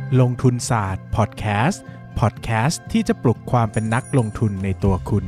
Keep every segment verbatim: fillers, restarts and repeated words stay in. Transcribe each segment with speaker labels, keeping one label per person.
Speaker 1: ลงทุนศาสตร์พอดแคสต์พอดแคสต์ที่จะปลุกความเป็นนักลงทุนในตัวคุณ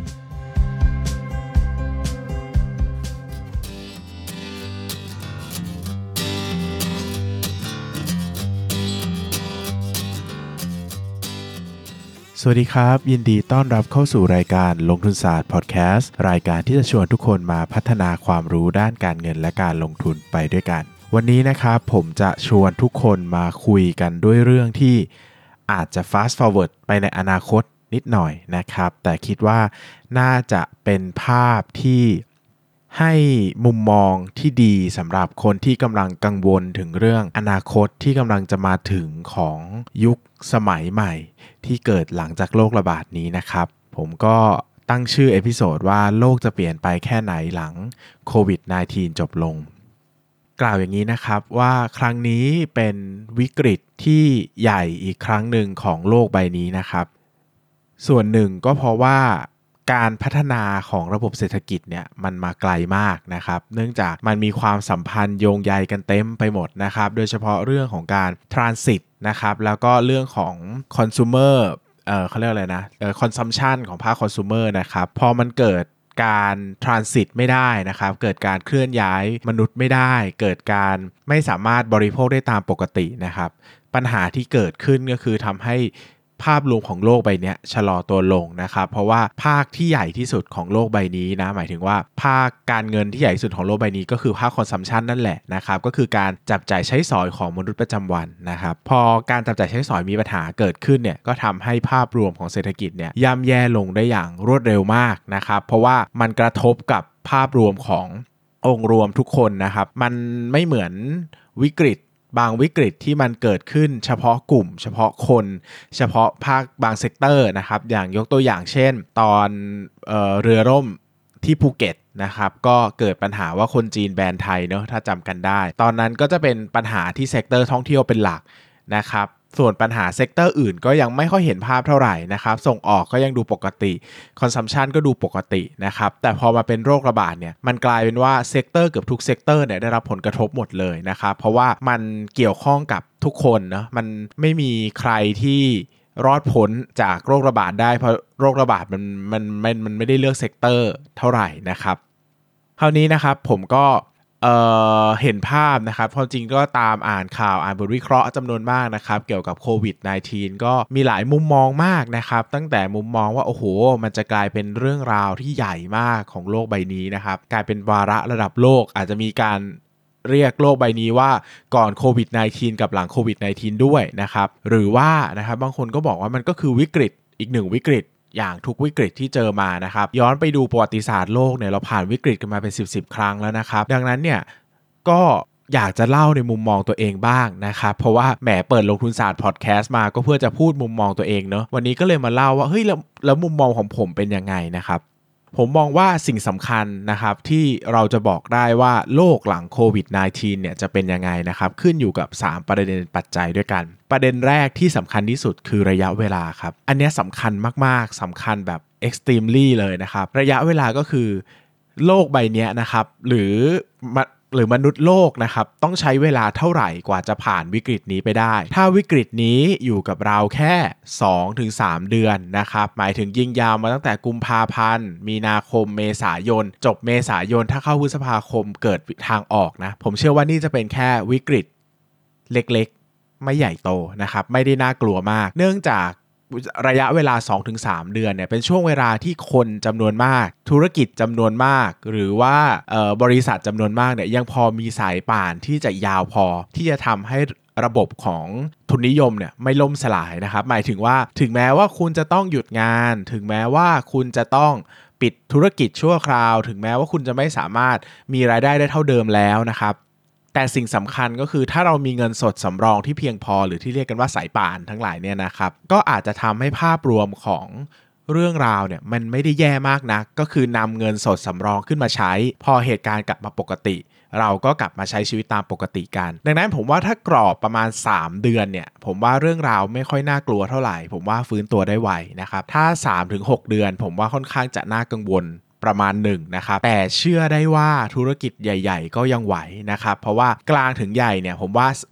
Speaker 1: สวัสดีครับยินดีต้อนรับเข้าสู่รายการลงทุนศาสตร์พอดแคสต์รายการที่จะชวนทุกคนมาพัฒนาความรู้ด้านการเงินและการลงทุนไปด้วยกันวันนี้นะครับผมจะชวนทุกคนมาคุยกันด้วยเรื่องที่อาจจะ fast forward ไปในอนาคตนิดหน่อยนะครับแต่คิดว่าน่าจะเป็นภาพที่ให้มุมมองที่ดีสำหรับคนที่กำลังกังวลถึงเรื่องอนาคตที่กำลังจะมาถึงของยุคสมัยใหม่ที่เกิดหลังจากโรคระบาดนี้นะครับผมก็ตั้งชื่อเอพิโซดว่าโลกจะเปลี่ยนไปแค่ไหนหลังโควิด สิบเก้า จบลงกล่าวอย่างนี้นะครับว่าครั้งนี้เป็นวิกฤตที่ใหญ่อีกครั้งหนึ่งของโลกใบนี้นะครับส่วนหนึ่งก็เพราะว่าการพัฒนาของระบบเศรษฐกิจเนี่ยมันมาไกลมากนะครับเนื่องจากมันมีความสัมพันธ์โยงใยกันเต็มไปหมดนะครับโดยเฉพาะเรื่องของการ transit นะครับแล้วก็เรื่องของ consumer เอ่อเขาเรียกอะไรนะเอ่อ consumption ของภาค consumer นะครับพอมันเกิดการ transit ไม่ได้นะครับเกิดการเคลื่อนย้ายมนุษย์ไม่ได้เกิดการไม่สามารถบริโภคได้ตามปกตินะครับปัญหาที่เกิดขึ้นก็คือทำให้ภาพรวมของโลกใบนี้ชะลอตัวลงนะครับเพราะว่าภาคที่ใหญ่ที่สุดของโลกใบนี้นะหมายถึงว่าภาคการเงินที่ใหญ่ที่สุดของโลกใบนี้ก็คือภาคคอนซัมชันนั่นแหละนะครับก็คือการจับจ่ายใช้สอยของมนุษย์ประจำวันนะครับพอการจับจ่ายใช้สอยมีปัญหาเกิดขึ้นเนี่ยก็ทำให้ภาพรวมของเศรษฐกิจเนี่ยย่ำแย่ลงได้อย่างรวดเร็วมากนะครับเพราะว่ามันกระทบกับภาพรวมขององค์รวมทุกคนนะครับมันไม่เหมือนวิกฤตบางวิกฤตที่มันเกิดขึ้นเฉพาะกลุ่มเฉพาะคนเฉพาะภาคบางเซกเตอร์นะครับอย่างยกตัวอย่างเช่นตอนเอ่อเรือร่มที่ภูเก็ตนะครับก็เกิดปัญหาว่าคนจีนแบนไทยเนอะถ้าจำกันได้ตอนนั้นก็จะเป็นปัญหาที่เซกเตอร์ท่องเที่ยวเป็นหลักนะครับส่วนปัญหาเซกเตอร์อื่นก็ยังไม่ค่อยเห็นภาพเท่าไหร่นะครับส่งออกก็ยังดูปกติคอนซัมชันก็ดูปกตินะครับแต่พอมาเป็นโรคระบาดเนี่ยมันกลายเป็นว่าเซกเตอร์เกือบทุกเซกเตอร์เนี่ยได้รับผลกระทบหมดเลยนะครับเพราะว่ามันเกี่ยวข้องกับทุกคนนะมันไม่มีใครที่รอดพ้นจากโรคระบาดได้เพราะโรคระบาดมันมันมันมันไม่ได้เลือกเซกเตอร์เท่าไหร่นะครับคราวนี้นะครับผมก็เอ่อเห็นภาพนะครับความจริงก็ตามอ่านข่าวอ่านบทวิเคราะห์จำนวนมากนะครับเกี่ยวกับโควิด สิบเก้า ก็มีหลายมุมมองมากนะครับตั้งแต่มุมมองว่าโอ้โหมันจะกลายเป็นเรื่องราวที่ใหญ่มากของโลกใบนี้นะครับกลายเป็นวาระระดับโลกอาจจะมีการเรียกโลกใบนี้ว่าก่อนโควิด สิบเก้า กับหลังโควิด สิบเก้า ด้วยนะครับหรือว่านะครับบางคนก็บอกว่ามันก็คือวิกฤตอีกหนึ่งวิกฤตอย่างทุกวิกฤตที่เจอมานะครับย้อนไปดูประวัติศาสตร์โลกเนี่ยเราผ่านวิกฤตกันมาเป็นสิบ สิบครั้งแล้วนะครับดังนั้นเนี่ยก็อยากจะเล่าในมุมมองตัวเองบ้างนะครับเพราะว่าแหมเปิดลงทุนศาสตร์พอดแคสต์มาก็เพื่อจะพูดมุมมองตัวเองเนอะวันนี้ก็เลยมาเล่าว่าเฮ้ยแล้วแล้วมุมมองของผมเป็นยังไงนะครับผมมองว่าสิ่งสำคัญนะครับที่เราจะบอกได้ว่าโลกหลังโควิด สิบเก้า เนี่ยจะเป็นยังไงนะครับขึ้นอยู่กับสามประเด็นปัจจัยด้วยกันประเด็นแรกที่สำคัญที่สุดคือระยะเวลาครับอันนี้สำคัญมากๆสำคัญแบบ extremely เลยนะครับระยะเวลาก็คือโลกใบนี้นะครับหรือหรือมนุษย์โลกนะครับต้องใช้เวลาเท่าไหร่กว่าจะผ่านวิกฤตนี้ไปได้ถ้าวิกฤตนี้อยู่กับเราแค่ สองถึงสาม เดือนนะครับหมายถึงยิงยาวมาตั้งแต่กุมภาพันธ์มีนาคมเมษายนจบเมษายนถ้าเข้าพฤษภาคมเกิดทางออกนะผมเชื่อว่านี่จะเป็นแค่วิกฤตเล็กๆไม่ใหญ่โตนะครับไม่ได้น่ากลัวมากเนื่องจากระยะเวลา สองถึงสาม เดือนเนี่ยเป็นช่วงเวลาที่คนจำนวนมากธุรกิจจำนวนมากหรือว่าบริษัทจำนวนมากเนี่ยยังพอมีสายป่านที่จะยาวพอที่จะทำให้ระบบของทุนนิยมเนี่ยไม่ล่มสลายนะครับหมายถึงว่าถึงแม้ว่าคุณจะต้องหยุดงานถึงแม้ว่าคุณจะต้องปิดธุรกิจชั่วคราวถึงแม้ว่าคุณจะไม่สามารถมีรายได้ได้เท่าเดิมแล้วนะครับแต่สิ่งสำคัญก็คือถ้าเรามีเงินสดสำรองที่เพียงพอหรือที่เรียกกันว่าสายป่านทั้งหลายเนี่ยนะครับก็อาจจะทำให้ภาพรวมของเรื่องราวเนี่ยมันไม่ได้แย่มากนักก็คือนำเงินสดสำรองขึ้นมาใช้พอเหตุการณ์กลับมาปกติเราก็กลับมาใช้ชีวิตตามปกติกันดังนั้นผมว่าถ้ากรอบประมาณสามเดือนเนี่ยผมว่าเรื่องราวไม่ค่อยน่ากลัวเท่าไหร่ผมว่าฟื้นตัวได้ไวนะครับถ้า สามถึงหก เดือนผมว่าค่อนข้างจะน่ากังวล ประมาณหนึ่งนะครับแต่เชื่อได้ว่าธุรกิจใหญ่ๆก็ยังไหวนะครับเพราะว่ากลางถึงใหญ่เนี่ยผมว่า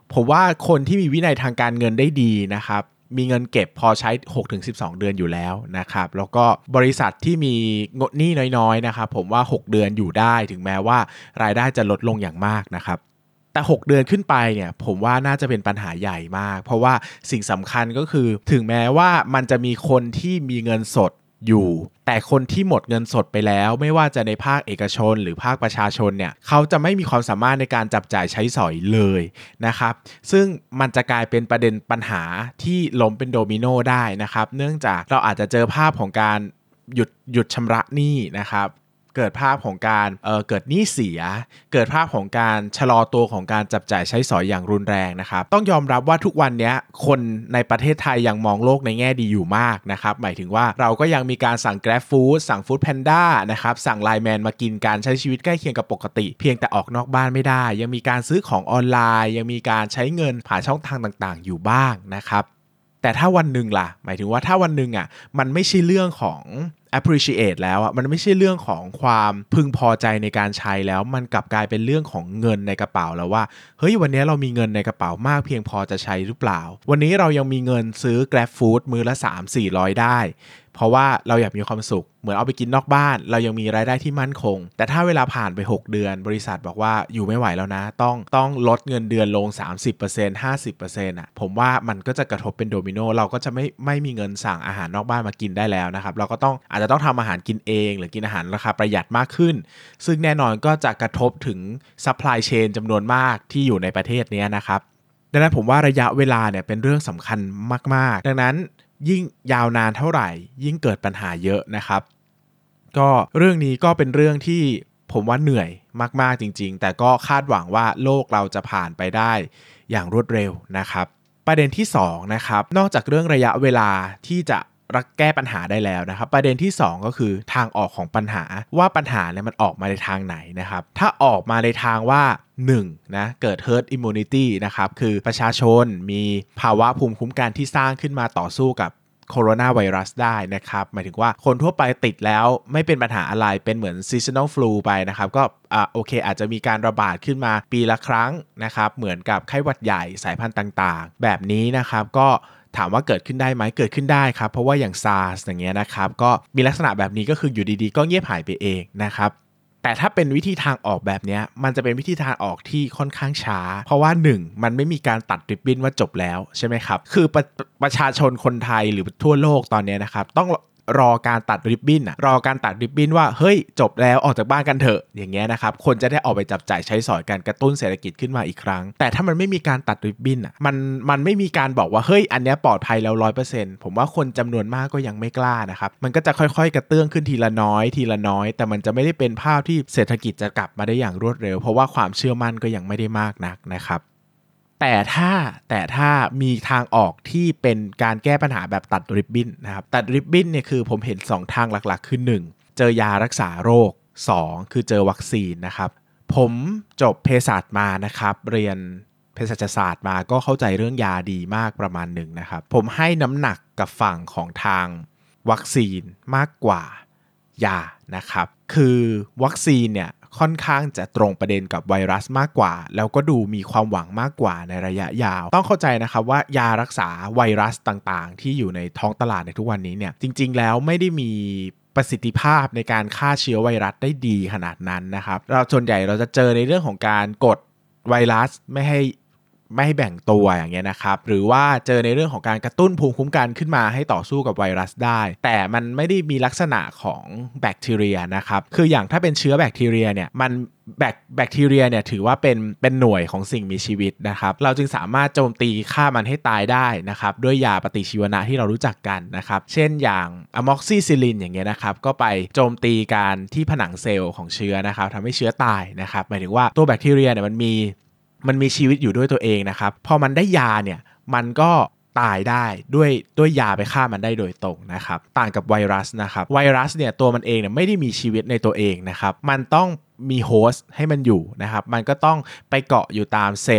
Speaker 1: ผมว่าคนที่มีวินัยทางการเงินได้ดีนะครับมีเงินเก็บพอใช้ หกถึงสิบสอง เดือนอยู่แล้วนะครับแล้วก็บริษัทที่มีงบหนี้น้อยๆนะครับผมว่าหกเดือนอยู่ได้ถึงแม้ว่ารายได้จะลดลงอย่างมากนะครับแต่หกเดือนขึ้นไปเนี่ยผมว่าน่าจะเป็นปัญหาใหญ่มากเพราะว่าสิ่งสำคัญก็คือถึงแม้ว่ามันจะมีคนที่มีเงินสดอยู่แต่คนที่หมดเงินสดไปแล้วไม่ว่าจะในภาคเอกชนหรือภาคประชาชนเนี่ยเขาจะไม่มีความสามารถในการจับจ่ายใช้สอยเลยนะครับซึ่งมันจะกลายเป็นประเด็นปัญหาที่ล้มเป็นโดมิโนได้นะครับเนื่องจากเราอาจจะเจอภาพของการหยุดหยุดชำระหนี้นะครับเกิดภาพของการเอ่อเกิดหนี้เสียเกิดภาพของการชะลอตัวของการจับจ่ายใช้สอยอย่างรุนแรงนะครับต้องยอมรับว่าทุกวันนี้คนในประเทศไทยยังมองโลกในแง่ดีอยู่มากนะครับหมายถึงว่าเราก็ยังมีการสั่ง Grab Food สั่ง Food Panda นะครับสั่ง Line Man มากินการใช้ชีวิตใกล้เคียงกับปกติเพียงแต่ออกนอกบ้านไม่ได้ยังมีการซื้อของออนไลน์ยังมีการใช้เงินผ่านช่องทางต่างๆอยู่บ้างนะครับแต่ถ้าวันหนึ่งล่ะหมายถึงว่าถ้าวันหนึ่งอ่ะมันไม่ใช่เรื่องของ appreciate แล้วอ่ะมันไม่ใช่เรื่องของความพึงพอใจในการใช้แล้วมันกลับกลายเป็นเรื่องของเงินในกระเป๋าแล้วว่าเฮ้ยวันนี้เรามีเงินในกระเป๋ามากเพียงพอจะใช้หรือเปล่าวันนี้เรายังมีเงินซื้อ Grab Food มื้อละ สามถึงสี่ร้อย ได้เพราะว่าเราอยากมีความสุขเหมือนเอาไปกินนอกบ้านเรายังมีรายได้ที่มั่นคงแต่ถ้าเวลาผ่านไปหกเดือนบริษัทบอกว่าอยู่ไม่ไหวแล้วนะต้องต้องลดเงินเดือนลง สามสิบเปอร์เซ็นต์ ห้าสิบเปอร์เซ็นต์ อ่ะผมว่ามันก็จะกระทบเป็นโดมิโนเราก็จะไม่ไม่มีเงินสั่งอาหารนอกบ้านมากินได้แล้วนะครับเราก็ต้องอาจจะต้องทำอาหารกินเองหรือกินอาหารราคาประหยัดมากขึ้นซึ่งแน่นอนก็จะกระทบถึง supply chain จำนวนมากที่อยู่ในประเทศนี้นะครับดังนั้นผมว่าระยะเวลาเนี่ยเป็นเรื่องสำคัญมากๆดังนั้นยิ่งยาวนานเท่าไหร่ยิ่งเกิดปัญหาเยอะนะครับก็เรื่องนี้ก็เป็นเรื่องที่ผมว่าเหนื่อยมากๆจริงๆแต่ก็คาดหวังว่าโลกเราจะผ่านไปได้อย่างรวดเร็วนะครับประเด็นที่สองนะครับนอกจากเรื่องระยะเวลาที่จะรักแก้ปัญหาได้แล้วนะครับประเด็นที่สองก็คือทางออกของปัญหาว่าปัญหาเนี่ยมันออกมาในทางไหนนะครับถ้าออกมาในทางว่าหนึ่งนะเกิด herd immunity นะครับคือประชาชนมีภาวะภูมิคุ้มกันที่สร้างขึ้นมาต่อสู้กับโคโรนาไวรัสได้นะครับหมายถึงว่าคนทั่วไปติดแล้วไม่เป็นปัญหาอะไรเป็นเหมือน seasonal flu ไปนะครับก็อ่าโอเคอาจจะมีการระบาดขึ้นมาปีละครั้งนะครับเหมือนกับไข้หวัดใหญ่สายพันธุ์ต่างๆแบบนี้นะครับก็ถามว่าเกิดขึ้นได้ไหมเกิดขึ้นได้ครับเพราะว่าอย่าง SARS อย่างเงี้ยนะครับก็มีลักษณะแบบนี้ก็คืออยู่ดีๆก็เงียบหายไปเองนะครับแต่ถ้าเป็นวิธีทางออกแบบนี้มันจะเป็นวิธีทางออกที่ค่อนข้างช้าเพราะว่าหนึ่งมันไม่มีการตัดริบบิ้นว่าจบแล้วใช่ไหมครับคือประประชาชนคนไทยหรือทั่วโลกตอนนี้นะครับต้องรอการตัดริบบิ้นอะรอการตัดริบบิ้นว่าเฮ้ยจบแล้วออกจากบ้านกันเถอะอย่างเงี้ยนะครับคนจะได้ออกไปจับจ่ายใช้สอยกันกระตุ้นเศรษฐกิจขึ้นมาอีกครั้งแต่ถ้ามันไม่มีการตัดริบบิ้นอะมันมันไม่มีการบอกว่าเฮ้ยอันเนี้ยปลอดภัยแล้ว ร้อยเปอร์เซ็นต์ ผมว่าคนจำนวนมากก็ยังไม่กล้านะครับมันก็จะค่อยๆกระเตื้องขึ้นทีละน้อยทีละน้อยแต่มันจะไม่ได้เป็นภาพที่เศรษฐกิจจะกลับมาได้อย่างรวดเร็วเพราะว่าความเชื่อมั่นก็ยังไม่ได้มากนักนะครับแต่ถ้าแต่ถ้ามีทางออกที่เป็นการแก้ปัญหาแบบตัดริบบิ้นนะครับตัดริบบิ้นเนี่ยคือผมเห็นสองทางหลักๆคือหนึ่งเจอยารักษาโรคสองคือเจอวัคซีนนะครับผมจบเภสัชมานะครับเรียนเภสัชศาสตร์มาก็เข้าใจเรื่องยาดีมากประมาณหนึ่งนะครับผมให้น้ำหนักกับฝั่งของทางวัคซีนมากกว่ายานะครับคือวัคซีนเนี่ยค่อนข้างจะตรงประเด็นกับไวรัสมากกว่าแล้วก็ดูมีความหวังมากกว่าในระยะยาวต้องเข้าใจนะครับว่ายารักษาไวรัสต่างๆที่อยู่ในท้องตลาดในทุกวันนี้เนี่ยจริงๆแล้วไม่ได้มีประสิทธิภาพในการฆ่าเชื้อไวรัสได้ดีขนาดนั้นนะครับเราส่วนใหญ่เราจะเจอในเรื่องของการกดไวรัสไม่ให้ไม่ให้แบ่งตัวอย่างเงี้ยนะครับหรือว่าเจอในเรื่องของการกระตุ้นภูมิคุ้มกันขึ้นมาให้ต่อสู้กับไวรัสได้แต่มันไม่ได้มีลักษณะของแบคทีเรียนะครับคืออย่างถ้าเป็นเชื้อแบคทีเรียเนี่ยมันแบคแบคทีเรียเนี่ยถือว่าเป็นเป็นหน่วยของสิ่งมีชีวิตนะครับเราจึงสามารถโจมตีฆ่ามันให้ตายได้นะครับด้วยยาปฏิชีวนะที่เรารู้จักกันนะครับเช่นอย่างอะม็อกซิซิลินอย่างเงี้ยนะครับก็ไปโจมตีการที่ผนังเซลล์ของเชื้อนะครับทำให้เชื้อตายนะครับหมายถึงว่าตัวแบคทีเรียเนี่ยมันมีมันมีชีวิตอยู่ด้วยตัวเองนะครับพอมันได้ยาเนี่ยมันก็ตายได้ด้วยด้วยยาไปฆ่ามันได้โดยตรงนะครับต่างกับไวรัสนะครับไวรัสเนี่ยตัวมันเองเนี่ยไม่ได้มีชีวิตในตัวเองนะครับมันต้องมีโฮสต์ให้มันอยู่นะครับมันก็ต้องไปเกาะอยู่ตามเซลล์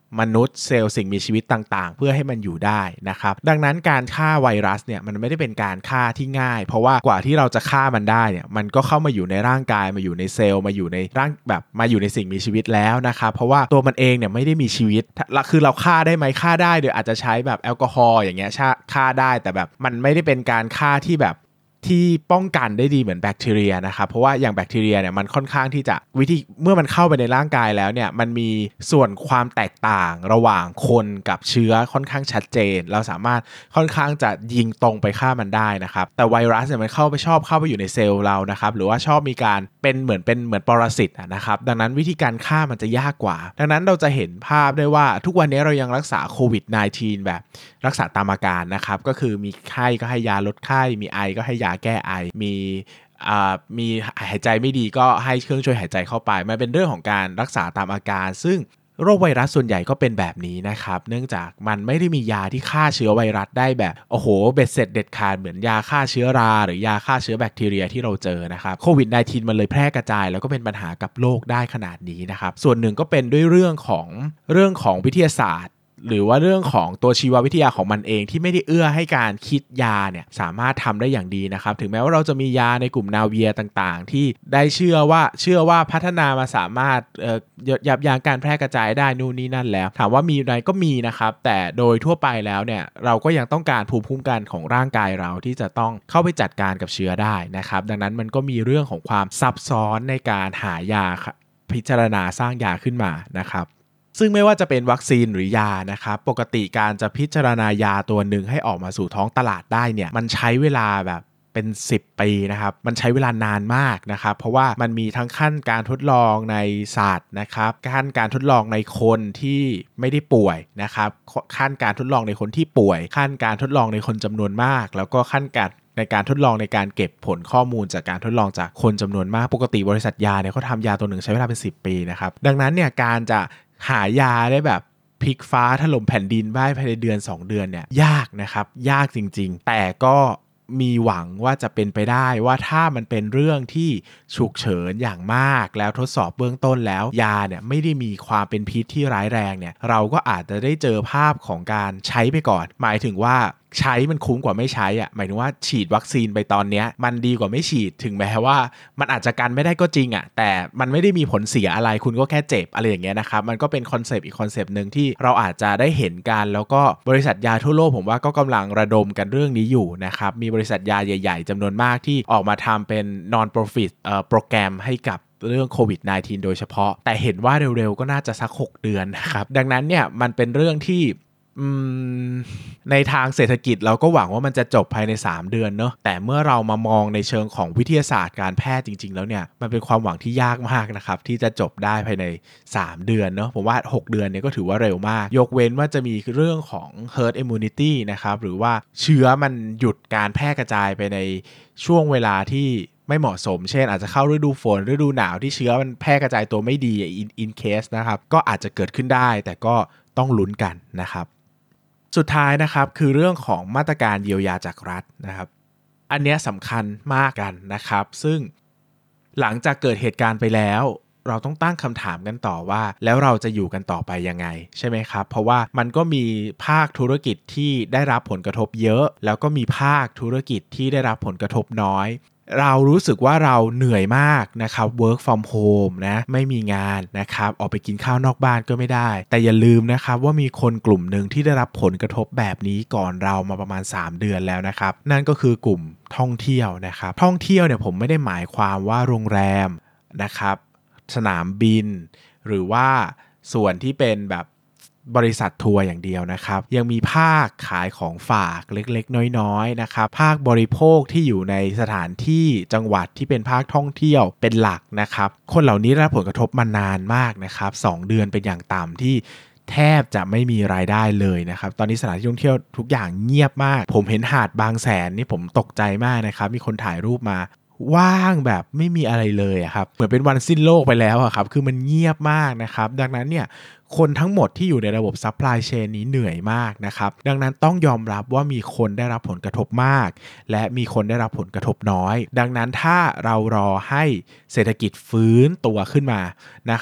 Speaker 1: มนุษย์เซลล์สิ่งมีชีวิตต่างๆเพื่อให้มันอยู่ได้นะครับดังนั้นการฆ่าไวรัสเนี่ยมันไม่ได้เป็นการฆ่าที่ง่ายเพราะว่ากว่าที่เราจะฆ่ามันได้เนี่ยมันก็เข้ามาอยู่ในร่างกายมาอยู่ในเซลล์มาอยู่ในร่างแบบมาอยู่ในสิ่งมีชีวิตแล้วนะครับเพราะว่าตัวมันเองเนี่ยไม่ได้มีชีวิตคือเราฆ่าได้ไหมฆ่าได้โดยอาจจะใช้แบบแอลกอฮอล์อย่างเงี้ยฆ่าได้แต่แบบมันไม่ได้เป็นการฆ่าที่แบบที่ป้องกันได้ดีเหมือนแบคทีเรียนะครับเพราะว่าอย่างแบคทีเรียเนี่ยมันค่อนข้างที่จะวิธีเมื่อมันเข้าไปในร่างกายแล้วเนี่ยมันมีส่วนความแตกต่างระหว่างคนกับเชื้อค่อนข้างชัดเจนเราสามารถค่อนข้างจะยิงตรงไปฆ่ามันได้นะครับแต่ไวรัสเนี่ยมันเข้าไปชอบเข้าไปอยู่ในเซลล์เรานะครับหรือว่าชอบมีการเป็นเหมือนเป็นเหมือนปรสิตนะครับดังนั้นวิธีการฆ่ามันจะยากกว่าดังนั้นเราจะเห็นภาพได้ว่าทุกวันนี้เรายังรักษาโควิด สิบเก้า แบบรักษาตามอาการนะครับก็คือมีไข้ก็ให้ยาลดไข้มีไอก็ให้ยาแก้ไอมีมีหายใจไม่ดีก็ให้เครื่องช่วยหายใจเข้าไปมันเป็นเรื่องของการรักษาตามอาการซึ่งโรคไวรัสส่วนใหญ่ก็เป็นแบบนี้นะครับเนื่องจากมันไม่ได้มียาที่ฆ่าเชื้อไวรัสได้แบบโอ้โหเบ็ดเสร็จเด็ดขาดเหมือนยาฆ่าเชื้อราหรือยาฆ่าเชื้อแบคทีเรียที่เราเจอนะครับโควิด สิบเก้า มันเลยแพร่กระจายแล้วก็เป็นปัญหากับโลกได้ขนาดนี้นะครับส่วนหนึ่งก็เป็นด้วยเรื่องของเรื่องของวิทยาศาสตร์หรือว่าเรื่องของตัวชีววิทยาของมันเองที่ไม่ได้เอื้อให้การคิดยาเนี่ยสามารถทำได้อย่างดีนะครับถึงแม้ว่าเราจะมียาในกลุ่มนาเวียต่างๆที่ได้เชื่อว่าเชื่อว่าพัฒนามาสามารถเอ่อยับยั้งการแพร่กระจายได้นู่นนี่นั่นแล้วถามว่ามีไหมก็มีนะครับแต่โดยทั่วไปแล้วเนี่ยเราก็ยังต้องการภูมิคุ้มกันของร่างกายเราที่จะต้องเข้าไปจัดการกับเชื้อได้นะครับดังนั้นมันก็มีเรื่องของความซับซ้อนในการหายาพิจารณาสร้างยาขึ้นมานะครับซึ่งไม่ว่าจะเป็นวัคซีนหรือยานะครับปกติการจะพิจารณายาตัวหนึ่งให้ออกมาสู่ท้องตลาดได้เนี่ยมันใช้เวลาแบบเป็นสิบปีนะครับมันใช้เวลานานมากนะครับเพราะว่ามันมีทั้งขั้นการทดลองในสัตว์นะครับขั้นการทดลองในคนที่ไม่ได้ป่วยนะครับขั้นการทดลองในคนที่ป่วยขั้นการทดลองในคนจำนวนมากแล้วก็ขั้นการในการทดลองในการเก็บผลข้อมูลจากการทดลองจากคนจำนวนมากปกติบริษัทยาเนี่ยเขาทำยาตัวหนึ่งใช้เวลาเป็นสิบปีนะครับดังนั้นเนี่ยการจะหายาได้แบบพลิกฟ้าถล่มแผ่นดินได้ภายในเดือนสองเดือนเนี่ยยากนะครับยากจริงๆแต่ก็มีหวังว่าจะเป็นไปได้ว่าถ้ามันเป็นเรื่องที่ฉุกเฉินอย่างมากแล้วทดสอบเบื้องต้นแล้วยาเนี่ยไม่ได้มีความเป็นพิษที่ร้ายแรงเนี่ยเราก็อาจจะได้เจอภาพของการใช้ไปก่อนหมายถึงว่าใช้มันคุ้มกว่าไม่ใช้อ่ะหมายถึงว่าฉีดวัคซีนไปตอนเนี้ยมันดีกว่าไม่ฉีดถึงแม้ว่ามันอาจจะกันไม่ได้ก็จริงอ่ะแต่มันไม่ได้มีผลเสียอะไรคุณก็แค่เจ็บอะไรอย่างเงี้ยนะครับมันก็เป็นคอนเซปต์อีกคอนเซปต์นึงที่เราอาจจะได้เห็นกันแล้วก็บริษัทยาทั่วโลกผมว่าก็กำลังระดมกันเรื่องนี้อยู่นะครับมีบริษัทยาใหญ่ๆจำนวนมากที่ออกมาทำเป็น non-profit เอ่อโปรแกรมให้กับเรื่องโควิด สิบเก้า โดยเฉพาะแต่เห็นว่าเร็วๆก็น่าจะสักหกเดือนนะครับดังนั้นเนี่ยมันเป็นเรื่องที่ในทางเศรษฐกิจเราก็หวังว่ามันจะจบภายในสามเดือนเนอะแต่เมื่อเรามามองในเชิงของวิทยาศาสตร์การแพทย์จริงๆแล้วเนี่ยมันเป็นความหวังที่ยากมากนะครับที่จะจบได้ภายในสามเดือนเนอะผมว่าหกเดือนเนี่ยก็ถือว่าเร็วมากยกเว้นว่าจะมีเรื่องของ herd immunity นะครับหรือว่าเชื้อมันหยุดการแพร่กระจายไปในช่วงเวลาที่ไม่เหมาะสมเช่นอาจจะเข้าฤดูฝนฤดูหนาวที่เชื้อมันแพร่กระจายตัวไม่ดี in in case นะครับก็อาจจะเกิดขึ้นได้แต่ก็ต้องลุ้นกันนะครับสุดท้ายนะครับคือเรื่องของมาตรการเยียวยาจากรัฐนะครับอันนี้สำคัญมากกันนะครับซึ่งหลังจากเกิดเหตุการณ์ไปแล้วเราต้องตั้งคำถามกันต่อว่าแล้วเราจะอยู่กันต่อไปยังไงใช่ไหมครับเพราะว่ามันก็มีภาคธุรกิจที่ได้รับผลกระทบเยอะแล้วก็มีภาคธุรกิจที่ได้รับผลกระทบน้อยเรารู้สึกว่าเราเหนื่อยมากนะครับ work from home นะไม่มีงานนะครับออกไปกินข้าวนอกบ้านก็ไม่ได้แต่อย่าลืมนะครับว่ามีคนกลุ่มหนึ่งที่ได้รับผลกระทบแบบนี้ก่อนเรามาประมาณสามเดือนแล้วนะครับนั่นก็คือกลุ่มท่องเที่ยวนะครับท่องเที่ยวเนี่ยผมไม่ได้หมายความว่าโรงแรมนะครับสนามบินหรือว่าส่วนที่เป็นแบบบริษัททัวร์อย่างเดียวนะครับยังมีภาคขายของฝากเล็กๆน้อยๆนะครับภาคบริโภคที่อยู่ในสถานที่จังหวัดที่เป็นภาคท่องเที่ยวเป็นหลักนะครับคนเหล่านี้ได้รับผลกระทบมานานมากนะครับสองเดือนเป็นอย่างต่ำที่แทบจะไม่มีรายได้เลยนะครับตอนนี้สถานที่ท่องเที่ยวทุกอย่างเงียบมากผมเห็นหาดบางแสนนี่ผมตกใจมากนะครับมีคนถ่ายรูปมาว่างแบบไม่มีอะไรเลยครับเหมือนเป็นวันสิ้นโลกไปแล้วครับคือมันเงียบมากนะครับดังนั้นเนี่ยคนทั้งหมดที่อยู่ในระบบซัพพลายเชนนี้เหนื่อยมากนะครับดังนั้นต้องยอมรับว่ามีคนได้รับผลกระทบมากและมีคนได้รับผลกระทบน้อยดังนั้นถ้าเรารอให้เศรษฐกิจฟื้นตัวขึ้นมานะครับ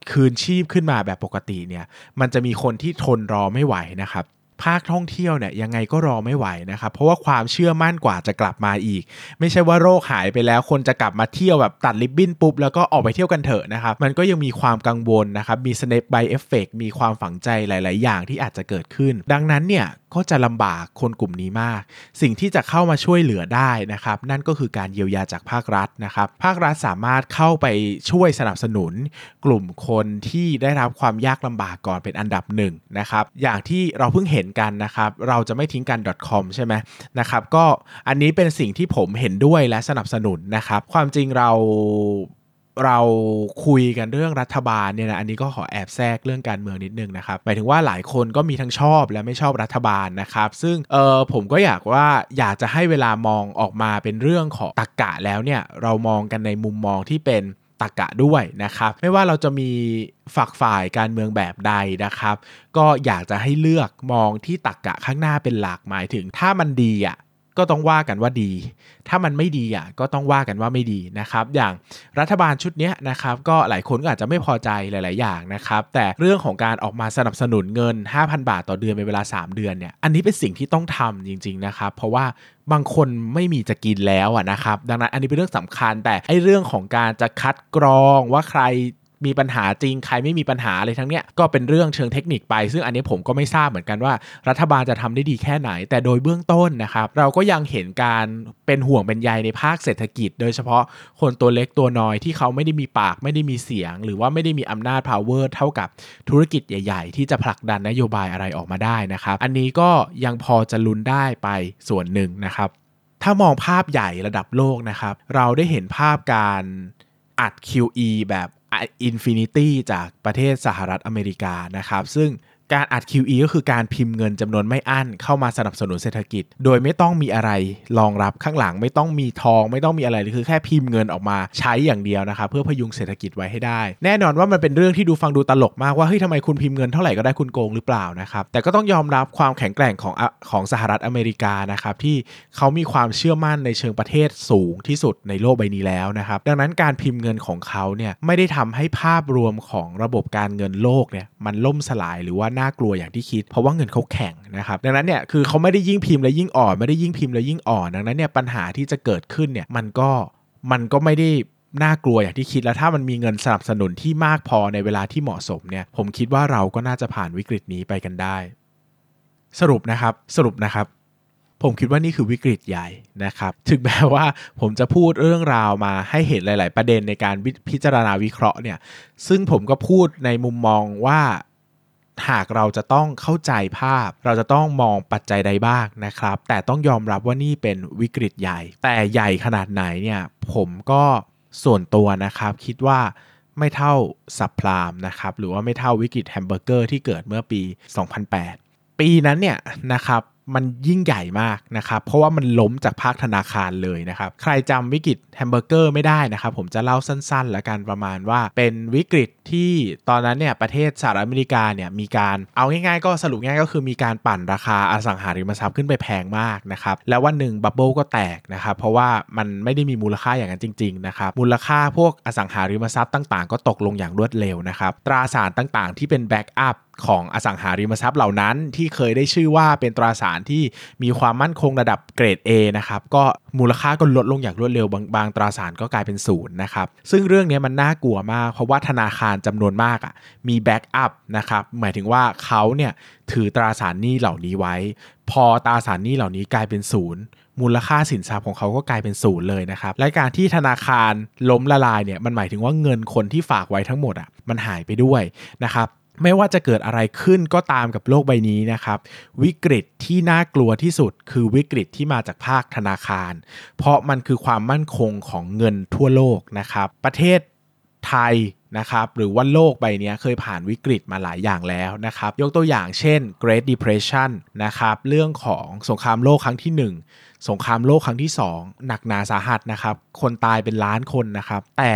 Speaker 1: คืนชีพขึ้นมาแบบปกติเนี่ยมันจะมีคนที่ทนรอไม่ไหวนะครับภาคท่องเที่ยวเนี่ยยังไงก็รอไม่ไหวนะครับเพราะว่าความเชื่อมั่นกว่าจะกลับมาอีกไม่ใช่ว่าโรคหายไปแล้วคนจะกลับมาเที่ยวแบบตัดริบบิ้นปุ๊บแล้วก็ออกไปเที่ยวกันเถอะนะครับมันก็ยังมีความกังวลนะครับมี snake bite effect มีความฝังใจหลายๆอย่างที่อาจจะเกิดขึ้นดังนั้นเนี่ยก็จะลำบากคนกลุ่มนี้มากสิ่งที่จะเข้ามาช่วยเหลือได้นะครับนั่นก็คือการเยียวยาจากภาครัฐนะครับภาครัฐสามารถเข้าไปช่วยสนับสนุนกลุ่มคนที่ได้รับความยากลำบากก่อนเป็นอันดับหนึ่งนะครับอย่างที่เราเพิ่งเห็นกันนะครับเราจะไม่ทิ้งกัน .com ใช่ไหมนะครับก็อันนี้เป็นสิ่งที่ผมเห็นด้วยและสนับสนุนนะครับความจริงเราเราคุยกันเรื่องรัฐบาลเนี่ยนะอันนี้ก็ขอแอบแทรกเรื่องการเมืองนิดนึงนะครับหมายถึงว่าหลายคนก็มีทั้งชอบและไม่ชอบรัฐบาลนะครับซึ่งเออผมก็อยากว่าอยากจะให้เวลามองออกมาเป็นเรื่องของตรรกะแล้วเนี่ยเรามองกันในมุมมองที่เป็นตรรกะด้วยนะครับไม่ว่าเราจะมีฝักฝ่ายการเมืองแบบใดนะครับก็อยากจะให้เลือกมองที่ตรรกะข้างหน้าเป็นหลักหมายถึงถ้ามันดีอ่ะก็ต้องว่ากันว่าดีถ้ามันไม่ดีอ่ะก็ต้องว่ากันว่าไม่ดีนะครับอย่างรัฐบาลชุดนี้นะครับก็หลายคนก็อาจจะไม่พอใจหลายๆอย่างนะครับแต่เรื่องของการออกมาสนับสนุนเงิน ห้าพัน บาทต่อเดือนเป็นเวลาสามเดือนเนี่ยอันนี้เป็นสิ่งที่ต้องทำจริงๆนะครับเพราะว่าบางคนไม่มีจะกินแล้วอ่ะนะครับดังนั้นอันนี้เป็นเรื่องสำคัญแต่ไอ้เรื่องของการจะคัดกรองว่าใครมีปัญหาจริงใครไม่มีปัญหาอะไรทั้งเนี้ยก็เป็นเรื่องเชิงเทคนิคไปซึ่งอันนี้ผมก็ไม่ทราบเหมือนกันว่ารัฐบาลจะทำได้ดีแค่ไหนแต่โดยเบื้องต้นนะครับเราก็ยังเห็นการเป็นห่วงเป็นใยในภาคเศรษฐกิจโดยเฉพาะคนตัวเล็กตัวน้อยที่เขาไม่ได้มีปากไม่ได้มีเสียงหรือว่าไม่ได้มีอำนาจ power เท่ากับธุรกิจใหญ่ๆที่จะผลักดันนโยบายอะไรออกมาได้นะครับอันนี้ก็ยังพอจะลุ้นได้ไปส่วนหนึ่งนะครับถ้ามองภาพใหญ่ระดับโลกนะครับเราได้เห็นภาพการอัด คิว อี แบบInfinity จากประเทศสหรัฐอเมริกานะครับซึ่งการอัด คิว อี ก็คือการพิมพ์เงินจำนวนไม่อั้นเข้ามาสนับสนุนเศรษฐกิจโดยไม่ต้องมีอะไรรองรับข้างหลังไม่ต้องมีทองไม่ต้องมีอะไรเลยคือแค่พิมพ์เงินออกมาใช้อย่างเดียวนะครับเพื่อพยุงเศรษฐกิจไว้ให้ได้แน่นอนว่ามันเป็นเรื่องที่ดูฟังดูตลกมากว่าเฮ้ยทำไมคุณพิมพ์เงินเท่าไหร่ก็ได้คุณโกงหรือเปล่านะครับแต่ก็ต้องยอมรับความแข็งแกร่งของของสหรัฐอเมริกานะครับที่เขามีความเชื่อมั่นในเชิงประเทศสูงที่สุดในโลกใบนี้แล้วนะครับดังนั้นการพิมพ์เงินของเขาเนี่ยไม่ได้ทำให้ภาพรวมของระบบการเงินโลกเนี่ยมันล่มสลายหรือว่าน่ากลัวอย่างที่คิดเพราะว่าเงินเขาแข็งนะครับดังนั้นเนี่ยคือเขาไม่ได้ยิ่งพิมพ์แล้วยิ่งอ่อนไม่ได้ยิ่งพิมพ์แล้วยิ่งอ่อนดังนั้นเนี่ยปัญหาที่จะเกิดขึ้นเนี่ยมันก็มันก็ไม่ได้น่ากลัวอย่างที่คิดแล้วถ้ามันมีเงินสนับสนุนที่มากพอในเวลาที่เหมาะสมเนี่ยผมคิดว่าเราก็น่าจะผ่านวิกฤตนี้ไปกันได้สรุปนะครับสรุปนะครับผมคิดว่านี่คือวิกฤตใหญ่นะครับถึงแม้ว่าผมจะพูดเรื่องราวมาให้เห็นหลายๆประเด็นในการพิจารณาวิเคราะห์เนี่ยซึ่งผมก็พูดในมุมมองว่าหากเราจะต้องเข้าใจภาพเราจะต้องมองปัจจัยใดบ้างนะครับแต่ต้องยอมรับว่านี่เป็นวิกฤตใหญ่แต่ใหญ่ขนาดไหนเนี่ยผมก็ส่วนตัวนะครับคิดว่าไม่เท่าซับไพรม์นะครับหรือว่าไม่เท่าวิกฤตแฮมเบอร์เกอร์ที่เกิดเมื่อปีสองพันแปดปีนั้นเนี่ยนะครับมันยิ่งใหญ่มากนะครับเพราะว่ามันล้มจากภาคธนาคารเลยนะครับใครจำวิกฤตแฮมเบอร์เกอร์ไม่ได้นะครับผมจะเล่าสั้นๆแล้วกันประมาณว่าเป็นวิกฤตที่ตอนนั้นเนี่ยประเทศสหรัฐอเมริกาเนี่ยมีการเอาง่ายๆก็สรุปง่ายก็คือมีการปั่นราคาอสังหาริมทรัพย์ขึ้นไปแพงมากนะครับแล้ววันหนึ่งบับเบิ้ลก็แตกนะครับเพราะว่ามันไม่ได้มีมูลค่าอย่างนั้นจริงๆนะครับมูลค่าพวกอสังหาริมทรัพย์ต่างๆก็ตกลงอย่างรวดเร็วนะครับตราสารต่างๆที่เป็นแบ็กอัพของอสังหาริมทรัพย์เหล่านั้นที่เคยได้ชื่อว่าเป็นตราสารที่มีความมั่นคงระดับเกรด A นะครับก็มูลค่าก็ลดลงอย่างรวดเร็วบางบางตราสารก็กลายเป็นศูนย์นะครับซึ่งเรื่องนี้มันน่ากลัวมากเพราะว่าธนาคารจำนวนมากอ่ะมีแบ็กอัพนะครับหมายถึงว่าเขาเนี่ยถือตราสารหนี้เหล่านี้ไว้พอตราสารหนี้เหล่านี้กลายเป็นศูนย์มูลค่าสินทรัพย์ของเขาก็กลายเป็นศูนย์เลยนะครับและการที่ธนาคารล้มละลายเนี่ยมันหมายถึงว่าเงินคนที่ฝากไว้ทั้งหมดอ่ะมันหายไปด้วยนะครับไม่ว่าจะเกิดอะไรขึ้นก็ตามกับโลกใบนี้นะครับวิกฤตที่น่ากลัวที่สุดคือวิกฤตที่มาจากภาคธนาคารเพราะมันคือความมั่นคงของเงินทั่วโลกนะครับประเทศไทยนะครับหรือว่าโลกใบนี้เคยผ่านวิกฤตมาหลายอย่างแล้วนะครับยกตัวอย่างเช่น Great Depression นะครับเรื่องของสงครามโลกครั้งที่หนึ่งสงครามโลกครั้งที่สองหนักหนาสาหัสนะครับคนตายเป็นล้านคนนะครับแต่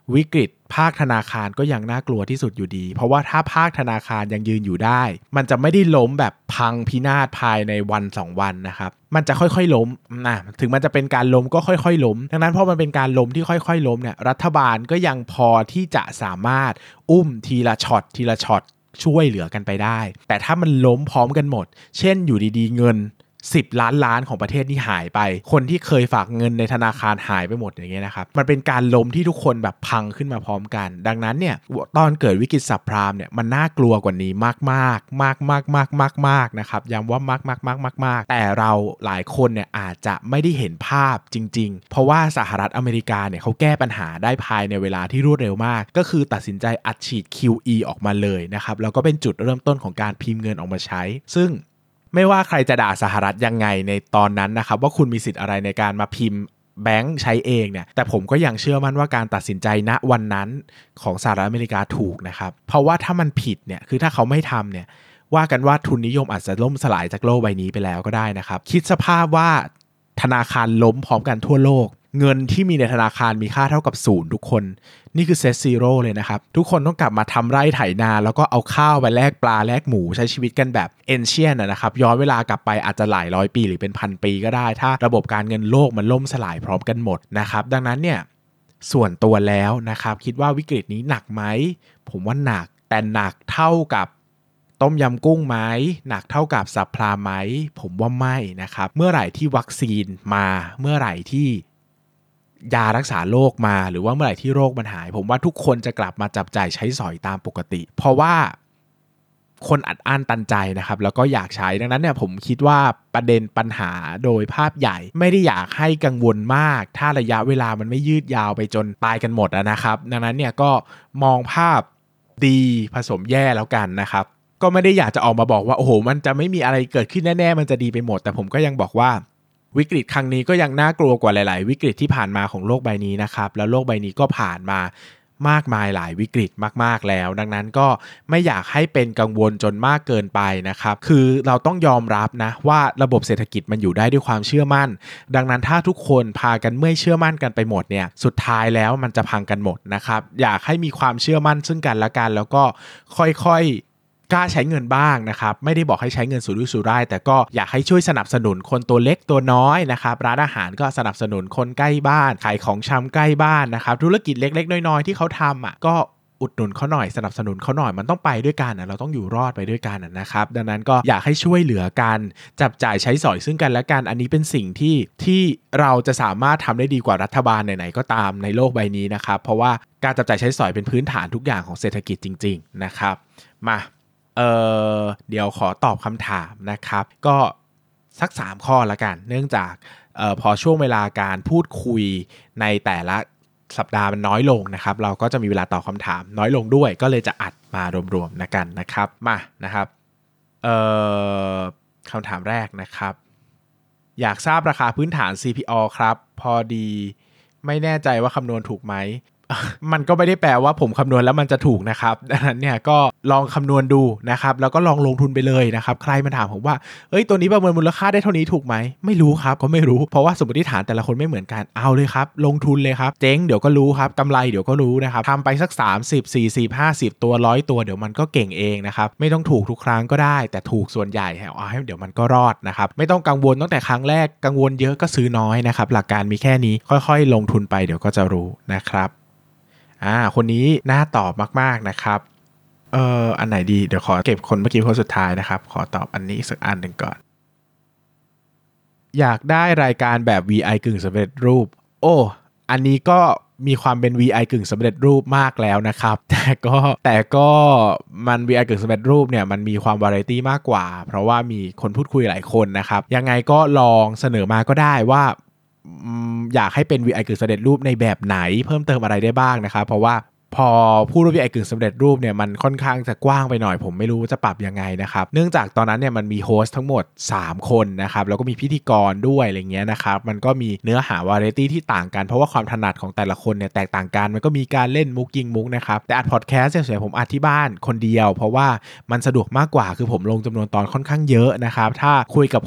Speaker 1: วิกฤตภาคธนาคารก็ยังน่ากลัวที่สุดอยู่ดีเพราะว่าถ้าภาคธนาคารยังยืนอยู่ได้มันจะไม่ได้ล้มแบบพังพินาศภายในวันสองวันนะครับมันจะค่อยๆล้มนะถึงมันจะเป็นการล้มก็ค่อยๆล้มดังนั้นพอมันเป็นการล้มที่ค่อยๆล้มเนี่ยรัฐบาลก็ยังพอที่จะสามารถอุ้มทีละช็อตทีละช็อตช่วยเหลือกันไปได้แต่ถ้ามันล้มพร้อมกันหมดเช่นอยู่ดีๆเงินสิบล้านล้านของประเทศนี่หายไปคนที่เคยฝากเงินในธนาคารหายไปหมดอย่างเงี้ยนะครับมันเป็นการล้มที่ทุกคนแบบพังขึ้นมาพร้อมกันดังนั้นเนี่ยตอนเกิดวิกฤตซับไพรม์เนี่ยมันน่ากลัวกว่านี้มากมากมากมากมากมากมากนะครับย้ำว่ามากมากมากมากมากแต่เราหลายคนเนี่ยอาจจะไม่ได้เห็นภาพจริงๆเพราะว่าสหรัฐอเมริกาเนี่ยเขาแก้ปัญหาได้ภายในเวลาที่รวดเร็วมากก็คือตัดสินใจอัดฉีด คิว อี ออกมาเลยนะครับแล้วก็เป็นจุดเริ่มต้นของการพิมพ์เงินออกมาใช้ซึ่งไม่ว่าใครจะด่าสหรัฐยังไงในตอนนั้นนะครับว่าคุณมีสิทธิ์อะไรในการมาพิมพ์แบงค์ใช้เองเนี่ยแต่ผมก็ยังเชื่อมั่นว่าการตัดสินใจณวันนั้นของสหรัฐอเมริกาถูกนะครับเพราะว่าถ้ามันผิดเนี่ยคือถ้าเขาไม่ทำเนี่ยว่ากันว่าทุนนิยมอาจจะล่มสลายจากโลกใบนี้ไปแล้วก็ได้นะครับคิดสภาพว่าธนาคารล้มพร้อมกันทั่วโลกเงินที่มีในธนาคารมีค่าเท่ากับศูนย์ทุกคนนี่คือเซตซีโร่เลยนะครับทุกคนต้องกลับมาทำไร่ไถนาแล้วก็เอาข้าวไปแลกปลาแลกหมูใช้ชีวิตกันแบบเอนเชียนนะครับย้อนเวลากลับไปอาจจะหลายร้อยปีหรือเป็นพันปีก็ได้ถ้าระบบการเงินโลกมันล่มสลายพร้อมกันหมดนะครับดังนั้นเนี่ยส่วนตัวแล้วนะครับคิดว่าวิกฤตนี้หนักไหมผมว่าหนักแต่หนักเท่ากับต้มยำกุ้งไหมหนักเท่ากับซับไพรม์ไหมผมว่าไม่นะครับเมื่อไหร่ที่วัคซีนมาเมื่อไหร่ที่ยารักษาโรคมาหรือว่าเมื่อไหร่ที่โรคมันหายผมว่าทุกคนจะกลับมาจับจ่ายใช้สอยตามปกติเพราะว่าคนอัดอั้นตันใจนะครับแล้วก็อยากใช้ดังนั้นเนี่ยผมคิดว่าประเด็นปัญหาโดยภาพใหญ่ไม่ได้อยากให้กังวลมากถ้าระยะเวลามันไม่ยืดยาวไปจนตายกันหมดนะครับดังนั้นเนี่ยก็มองภาพดีผสมแย่แล้วกันนะครับก็ไม่ได้อยากจะออกมาบอกว่าโอ้โหมันจะไม่มีอะไรเกิดขึ้นแน่ๆมันจะดีไปหมดแต่ผมก็ยังบอกว่าวิกฤตครั้งนี้ก็ยังน่ากลัวกว่าหลายๆวิกฤตที่ผ่านมาของโลกใบนี้นะครับแล้วโลกใบนี้ก็ผ่านมามากมายหลายวิกฤตมากๆแล้วดังนั้นก็ไม่อยากให้เป็นกังวลจนมากเกินไปนะครับคือเราต้องยอมรับนะว่าระบบเศรษฐกิจมันอยู่ได้ด้วยความเชื่อมั่นดังนั้นถ้าทุกคนพากันไม่เชื่อมั่นกันไปหมดเนี่ยสุดท้ายแล้วมันจะพังกันหมดนะครับอยากให้มีความเชื่อมั่นซึ่งกันและกันแล้วก็ค่อยๆกล้าใช้เงินบ้างนะครับไม่ได้บอกให้ใช้เงินสุรุ่ยสุร่ายแต่ก็อยากให้ช่วยสนับสนุนคนตัวเล็กตัวน้อยนะครับร้านอาหารก็สนับสนุนคนใกล้บ้านขายของชำใกล้บ้านนะครับธุรกิจเล็กๆน้อยๆที่เขาทำอ่ะก็อุดหนุนเขาหน่อยสนับสนุนเขาหน่อยมันต้องไปด้วยกันนะเราต้องอยู่รอดไปด้วยกันนะครับดังนั้นก็อยากให้ช่วยเหลือกันจับจ่ายใช้สอยซึ่งกันและกันอันนี้เป็นสิ่งที่ที่เราจะสามารถทำได้ดีกว่ารัฐบาลไหนๆก็ตามในโลกใบนี้นะครับเพราะว่าการจับจ่ายใช้สอยเป็นพื้นฐานทุกอย่างของเศรษฐกิจจริงๆนะครับมาเอ่อเดี๋ยวขอตอบคำถามนะครับก็สักสามข้อละกันเนื่องจากเอ่อพอช่วงเวลาการพูดคุยในแต่ละสัปดาห์มันน้อยลงนะครับเราก็จะมีเวลาตอบคำถามน้อยลงด้วยก็เลยจะอัดมารวมๆนะกันนะครับมานะครับเอ่อคำถามแรกนะครับอยากทราบราคาพื้นฐาน ซี พี อ ครับพอดีไม่แน่ใจว่าคำนวณถูกไหมมันก็ไม่ได้แปลว่าผมคำนวณแล้วมันจะถูกนะครับดังนั้นเนี่ยก็ลองคำนวณดูนะครับแล้วก็ลองลงทุนไปเลยนะครับใครมาถามผมว่าเอ้ยตัวนี้ประเมินมูลค่าได้เท่านี้ถูกไหมไม่รู้ครับก็ไม่รู้เพราะว่าสมมติฐานแต่ละคนไม่เหมือนกันเอาเลยครับลงทุนเลยครับเจ๊งเดี๋ยวก็รู้ครับกำไรเดี๋ยวก็รู้นะครับทำไปสักสามสิบ สี่สิบ ห้าสิบตัวร้อยตัวเดี๋ยวมันก็เก่งเองนะครับไม่ต้องถูกทุกครั้งก็ได้แต่ถูกส่วนใหญ่เอาให้เดี๋ยวมันก็รอดนะครับไม่ต้องกังวลตั้งแต่ครั้งแรกกังวลเยอะก็ซื้อน้อยนะครับหลักการมีแค่นี้ค่อยๆลงทุนไปเดี๋ยวก็จะรู้นะครับอ่าคนนี้น่าตอบมากๆนะครับเอ่ออันไหนดีเดี๋ยวขอเก็บคนเมื่อกี้คนสุดท้ายนะครับขอตอบอันนี้สักอันหนึ่งก่อนอยากได้รายการแบบ วี ไอ กึ่งสำเร็จรูปโอ้อันนี้ก็มีความเป็น วี ไอ กึ่งสำเร็จรูปมากแล้วนะครับแต่ก็แต่ก็มัน วี ไอ กึ่งสำเร็จรูปเนี่ยมันมีความวาไรตี้มากกว่าเพราะว่ามีคนพูดคุยหลายคนนะครับยังไงก็ลองเสนอมาก็ได้ว่าอยากให้เป็น วี ไอ กึ่งสำเร็จรูปในแบบไหนเพิ่มเติมอะไรได้บ้างนะครับเพราะว่าพอพูดว่า วี ไอ กึ่งสำเร็จรูปเนี่ยมันค่อนข้างจะกว้างไปหน่อยผมไม่รู้จะปรับยังไงนะครับเนื่องจากตอนนั้นเนี่ยมันมีโฮสต์ทั้งหมดสามคนนะครับแล้วก็มีพิธีกรด้วยอะไรเงี้ยนะครับมันก็มีเนื้อหาวาไรตี้ที่ต่างกันเพราะว่าความถนัดของแต่ละคนเนี่ยแตกต่างกันมันก็มีการเล่นมุกยิงมุกนะครับแต่อัดพอดแคสต์เนี่ยผมอัดที่บ้านคนเดียวเพราะว่ามันสะดวกมากกว่าคือผมลงจำนวนตอนค่อนข้างเยอะนะครับถ้าคุยกับโฮสต์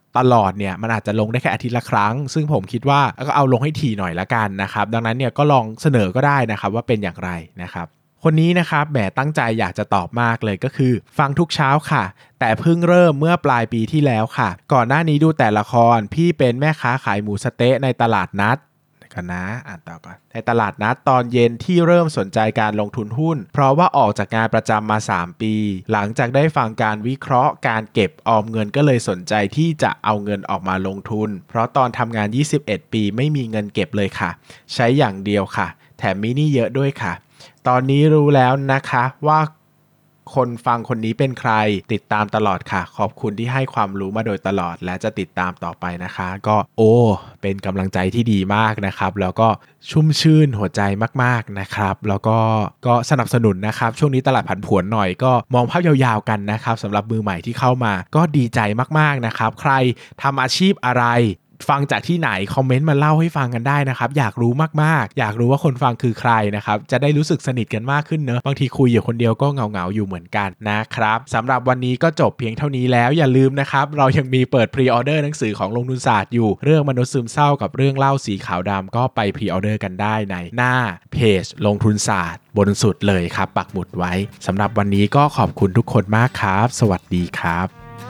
Speaker 1: ตลอดเนี่ยมันอาจจะลงได้แค่อาทิตย์ละครั้งซึ่งผมคิดว่าก็เอาลงให้ถี่หน่อยละกันนะครับดังนั้นเนี่ยก็ลองเสนอก็ได้นะครับว่าเป็นอย่างไรนะครับคนนี้นะครับแหมตั้งใจอยากจะตอบมากเลยก็คือฟังทุกเช้าค่ะแต่เพิ่งเริ่มเมื่อปลายปีที่แล้วค่ะก่อนหน้านี้ดูแต่ละครพี่เป็นแม่ค้าขายหมูสะเต๊ะในตลาดนัดกันนะอ่านต่อก่อนในตลาดนัดตอนเย็นที่เริ่มสนใจการลงทุนหุ้นเพราะว่าออกจากงานประจำมาสามปีหลังจากได้ฟังการวิเคราะห์การเก็บออมเงินก็เลยสนใจที่จะเอาเงินออกมาลงทุนเพราะตอนทำงานยี่สิบเอ็ดปีไม่มีเงินเก็บเลยค่ะใช้อย่างเดียวค่ะแถมมีหนี้เยอะด้วยค่ะตอนนี้รู้แล้วนะคะว่าคนฟังคนนี้เป็นใครติดตามตลอดค่ะขอบคุณที่ให้ความรู้มาโดยตลอดและจะติดตามต่อไปนะคะก็โอ้เป็นกำลังใจที่ดีมากนะครับแล้วก็ชุ่มชื่นหัวใจมากๆนะครับแล้วก็ก็สนับสนุนนะครับช่วงนี้ตลาดผันผวนหน่อยก็มองภาพยาวๆกันนะครับสำหรับมือใหม่ที่เข้ามาก็ดีใจมากๆนะครับใครทำอาชีพอะไรฟังจากที่ไหนคอมเมนต์มาเล่าให้ฟังกันได้นะครับอยากรู้มากๆอยากรู้ว่าคนฟังคือใครนะครับจะได้รู้สึกสนิทกันมากขึ้นเนอะบางทีคุยอยู่คนเดียวก็เหงาๆอยู่เหมือนกันนะครับสำหรับวันนี้ก็จบเพียงเท่านี้แล้วอย่าลืมนะครับเรายังมีเปิดพรีออเดอร์หนังสือของลงทุนศาสตร์อยู่เรื่องมนุษย์ซึมเศร้ากับเรื่องเล่าสีขาวดำก็ไปพรีออเดอร์กันได้ในหน้าเพจลงทุนศาสตร์บนสุดเลยครับปักหมุดไว้สำหรับวันนี้ก็ขอบคุณทุกคนมากครับสวัสดีครับ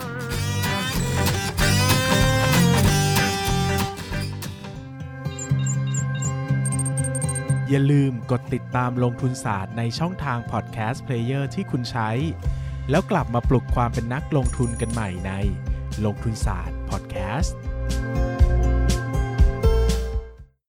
Speaker 1: อย่าลืมกดติดตามลงทุนศาสตร์ในช่องทางพอดแคสต์เพลเยอร์ที่คุณใช้แล้วกลับมาปลุกความเป็นนักลงทุนกันใหม่ในลงทุนศาสตร์พอดแคสต์